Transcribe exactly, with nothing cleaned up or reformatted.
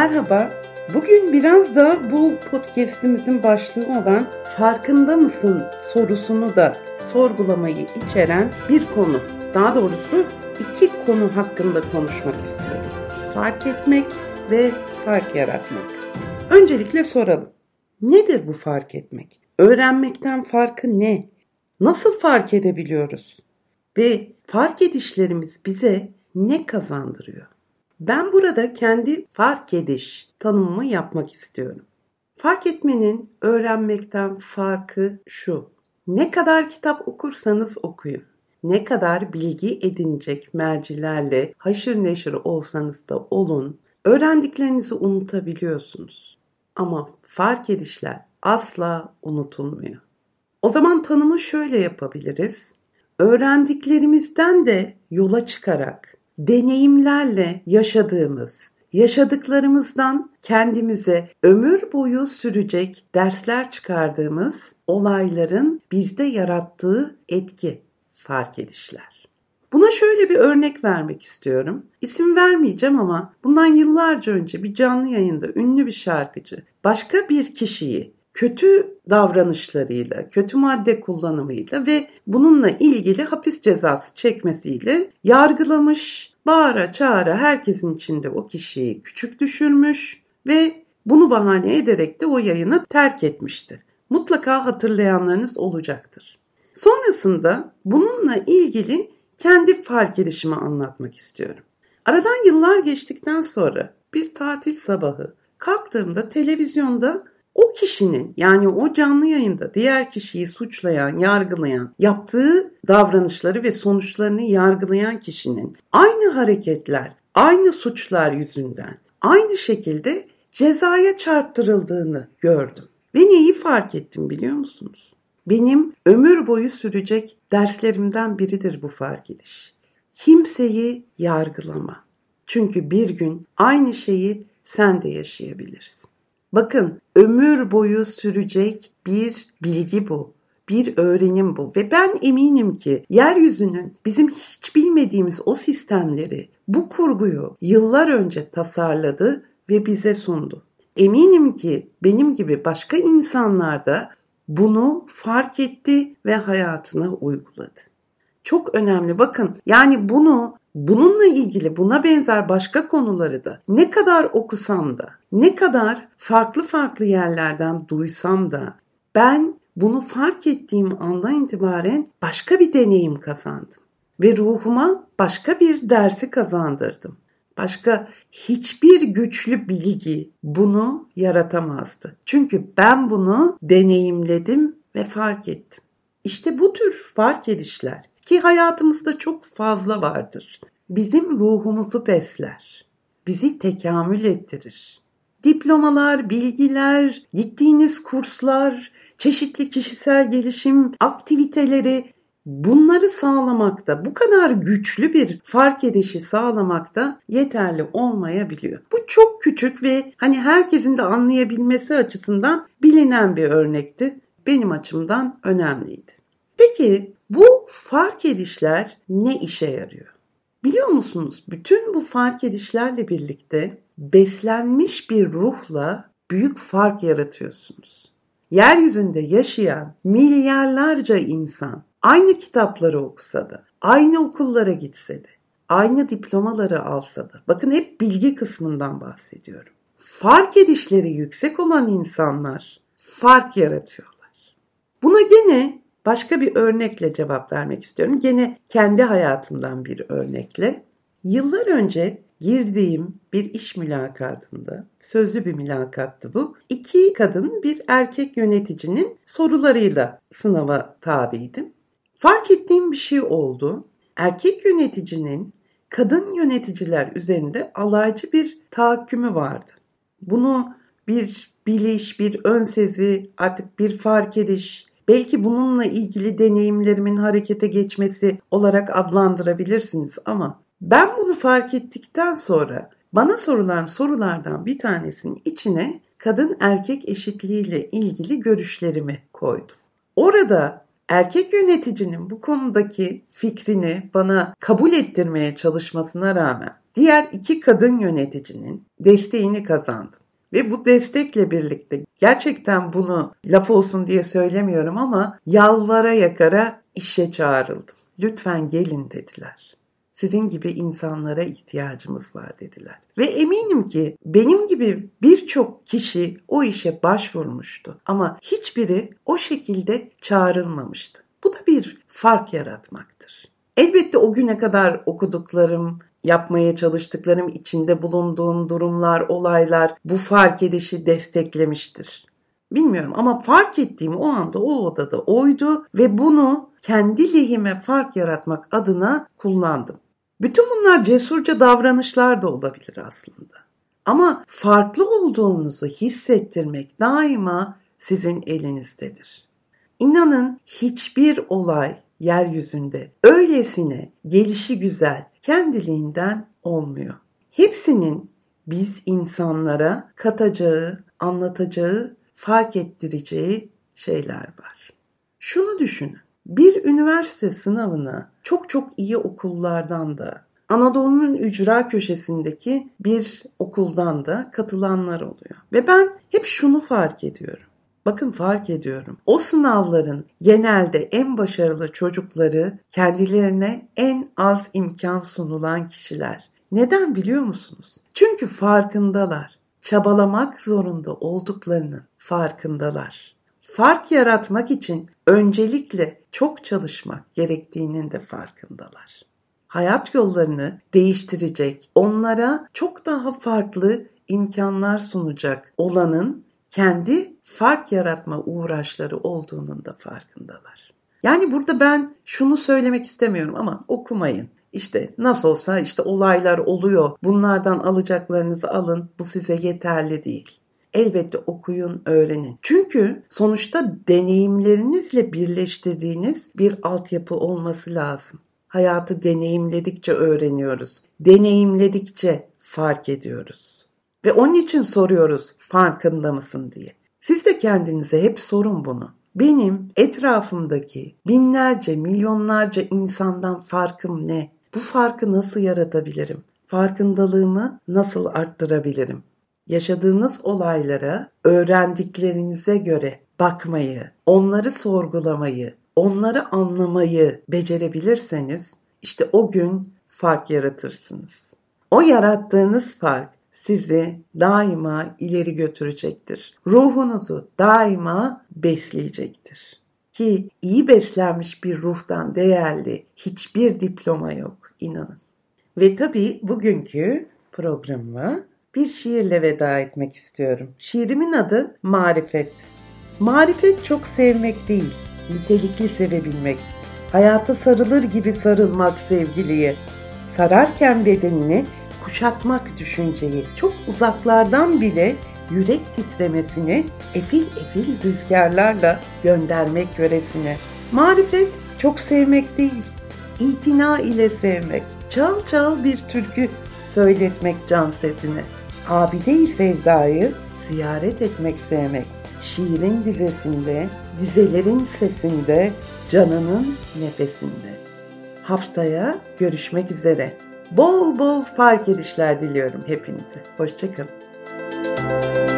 Merhaba, bugün biraz da bu podcast'imizin başlığı olan farkında mısın sorusunu da sorgulamayı içeren bir konu. Daha doğrusu iki konu hakkında konuşmak istiyorum. Fark etmek ve fark yaratmak. Öncelikle soralım. Nedir bu fark etmek? Öğrenmekten farkı ne? Nasıl fark edebiliyoruz? Ve fark edişlerimiz bize ne kazandırıyor? Ben burada kendi fark ediş tanımımı yapmak istiyorum. Fark etmenin öğrenmekten farkı şu. Ne kadar kitap okursanız okuyun, ne kadar bilgi edinecek mercilerle haşır neşir olsanız da olun, öğrendiklerinizi unutabiliyorsunuz. Ama fark edişler asla unutulmuyor. O zaman tanımı şöyle yapabiliriz. Öğrendiklerimizden de yola çıkarak, deneyimlerle yaşadığımız, yaşadıklarımızdan kendimize ömür boyu sürecek dersler çıkardığımız olayların bizde yarattığı etki, fark edişler. Buna şöyle bir örnek vermek istiyorum. İsim vermeyeceğim ama bundan yıllarca önce bir canlı yayında ünlü bir şarkıcı başka bir kişiyi kötü davranışlarıyla, kötü madde kullanımıyla ve bununla ilgili hapis cezası çekmesiyle yargılamış, bağıra çağıra herkesin içinde o kişiyi küçük düşürmüş ve bunu bahane ederek de o yayını terk etmişti. Mutlaka hatırlayanlarınız olacaktır. Sonrasında bununla ilgili kendi fark edişimi anlatmak istiyorum. Aradan yıllar geçtikten sonra bir tatil sabahı kalktığımda televizyonda o kişinin, yani o canlı yayında diğer kişiyi suçlayan, yargılayan, yaptığı davranışları ve sonuçlarını yargılayan kişinin aynı hareketler, aynı suçlar yüzünden aynı şekilde cezaya çarptırıldığını gördüm. Ve neyi fark ettim biliyor musunuz? Benim ömür boyu sürecek derslerimden biridir bu fark ediş. Kimseyi yargılama. Çünkü bir gün aynı şeyi sen de yaşayabilirsin. Bakın, ömür boyu sürecek bir bilgi bu, bir öğrenim bu ve ben eminim ki yeryüzünün bizim hiç bilmediğimiz o sistemleri, bu kurguyu yıllar önce tasarladı ve bize sundu. Eminim ki benim gibi başka insanlar da bunu fark etti ve hayatına uyguladı. Çok önemli. Bakın, yani bunu bununla ilgili buna benzer başka konuları da ne kadar okusam da, ne kadar farklı farklı yerlerden duysam da ben bunu fark ettiğim andan itibaren başka bir deneyim kazandım. Ve ruhuma başka bir dersi kazandırdım. Başka hiçbir güçlü bilgi bunu yaratamazdı. Çünkü ben bunu deneyimledim ve fark ettim. İşte bu tür fark edişler ki hayatımızda çok fazla vardır. Bizim ruhumuzu besler, bizi tekamül ettirir. Diplomalar, bilgiler, gittiğiniz kurslar, çeşitli kişisel gelişim aktiviteleri, bunları sağlamakta, bu kadar güçlü bir fark edişi sağlamakta yeterli olmayabiliyor. Bu çok küçük ve hani herkesin de anlayabilmesi açısından bilinen bir örnekti. Benim açımdan önemliydi. Peki bu fark edişler ne işe yarıyor? Biliyor musunuz? Bütün bu fark edişlerle birlikte beslenmiş bir ruhla büyük fark yaratıyorsunuz. Yeryüzünde yaşayan milyarlarca insan aynı kitapları okusa da, aynı okullara gitse de, aynı diplomaları alsa da, bakın hep bilgi kısmından bahsediyorum. Fark edişleri yüksek olan insanlar fark yaratıyorlar. Buna gene başka bir örnekle cevap vermek istiyorum. Gene kendi hayatımdan bir örnekle. Yıllar önce girdiğim bir iş mülakatında, sözlü bir mülakattı bu. İki kadın bir erkek yöneticinin sorularıyla sınava tabiydim. Fark ettiğim bir şey oldu. Erkek yöneticinin kadın yöneticiler üzerinde alaycı bir tahakkümü vardı. Bunu bir biliş, bir ön sezi, artık bir fark ediş, belki bununla ilgili deneyimlerimin harekete geçmesi olarak adlandırabilirsiniz ama ben bunu fark ettikten sonra bana sorulan sorulardan bir tanesinin içine kadın erkek eşitliğiyle ilgili görüşlerimi koydum. Orada erkek yöneticinin bu konudaki fikrini bana kabul ettirmeye çalışmasına rağmen diğer iki kadın yöneticinin desteğini kazandım. Ve bu destekle birlikte gerçekten bunu laf olsun diye söylemiyorum ama yalvara yakara işe çağrıldım. Lütfen gelin dediler. Sizin gibi insanlara ihtiyacımız var dediler. Ve eminim ki benim gibi birçok kişi o işe başvurmuştu. Ama hiçbiri o şekilde çağrılmamıştı. Bu da bir fark yaratmaktır. Elbette o güne kadar okuduklarım, yapmaya çalıştıklarım, içinde bulunduğum durumlar, olaylar bu fark edişi desteklemiştir. Bilmiyorum ama fark ettiğim o anda o odada oydu ve bunu kendi lehime fark yaratmak adına kullandım. Bütün bunlar cesurca davranışlar da olabilir aslında. Ama farklı olduğunuzu hissettirmek daima sizin elinizdedir. İnanın hiçbir olay yeryüzünde öylesine gelişi güzel kendiliğinden olmuyor. Hepsinin biz insanlara katacağı, anlatacağı, fark ettireceği şeyler var. Şunu düşünün. Bir üniversite sınavına çok çok iyi okullardan da, Anadolu'nun ücra köşesindeki bir okuldan da katılanlar oluyor. Ve ben hep şunu fark ediyorum. Bakın fark ediyorum. O sınavların genelde en başarılı çocukları kendilerine en az imkan sunulan kişiler. Neden biliyor musunuz? Çünkü farkındalar. Çabalamak zorunda olduklarının farkındalar. Fark yaratmak için öncelikle çok çalışmak gerektiğinin de farkındalar. Hayat yollarını değiştirecek, onlara çok daha farklı imkanlar sunacak olanın kendi fark yaratma uğraşları olduğunun da farkındalar. Yani burada ben şunu söylemek istemiyorum ama okumayın. İşte nasıl olsa işte olaylar oluyor. Bunlardan alacaklarınızı alın. Bu size yeterli değil. Elbette okuyun, öğrenin. Çünkü sonuçta deneyimlerinizle birleştirdiğiniz bir altyapı olması lazım. Hayatı deneyimledikçe öğreniyoruz. Deneyimledikçe fark ediyoruz. Ve onun için soruyoruz farkında mısın diye. Siz de kendinize hep sorun bunu. Benim etrafımdaki binlerce, milyonlarca insandan farkım ne? Bu farkı nasıl yaratabilirim? Farkındalığımı nasıl arttırabilirim? Yaşadığınız olaylara öğrendiklerinize göre bakmayı, onları sorgulamayı, onları anlamayı becerebilirseniz işte o gün fark yaratırsınız. O yarattığınız fark sizi daima ileri götürecektir. Ruhunuzu daima besleyecektir. Ki iyi beslenmiş bir ruhtan değerli hiçbir diploma yok, inanın. Ve tabii bugünkü programıma bir şiirle veda etmek istiyorum. Şiirimin adı Marifet. Marifet çok sevmek değil, nitelikli sevebilmek. Hayata sarılır gibi sarılmak sevgiliye. Sararken bedenini kuşatmak düşünceyi. Çok uzaklardan bile yürek titremesini efil efil rüzgarlarla göndermek yöresine. Marifet çok sevmek değil, itina ile sevmek. Çal çal bir türkü söyletmek can sesine. Abide-i sevdayı ziyaret etmek sevmek. Şiirin dizesinde, dizelerin sesinde, canının nefesinde. Haftaya görüşmek üzere. Bol bol fark edişler diliyorum hepinize. Hoşça kalın.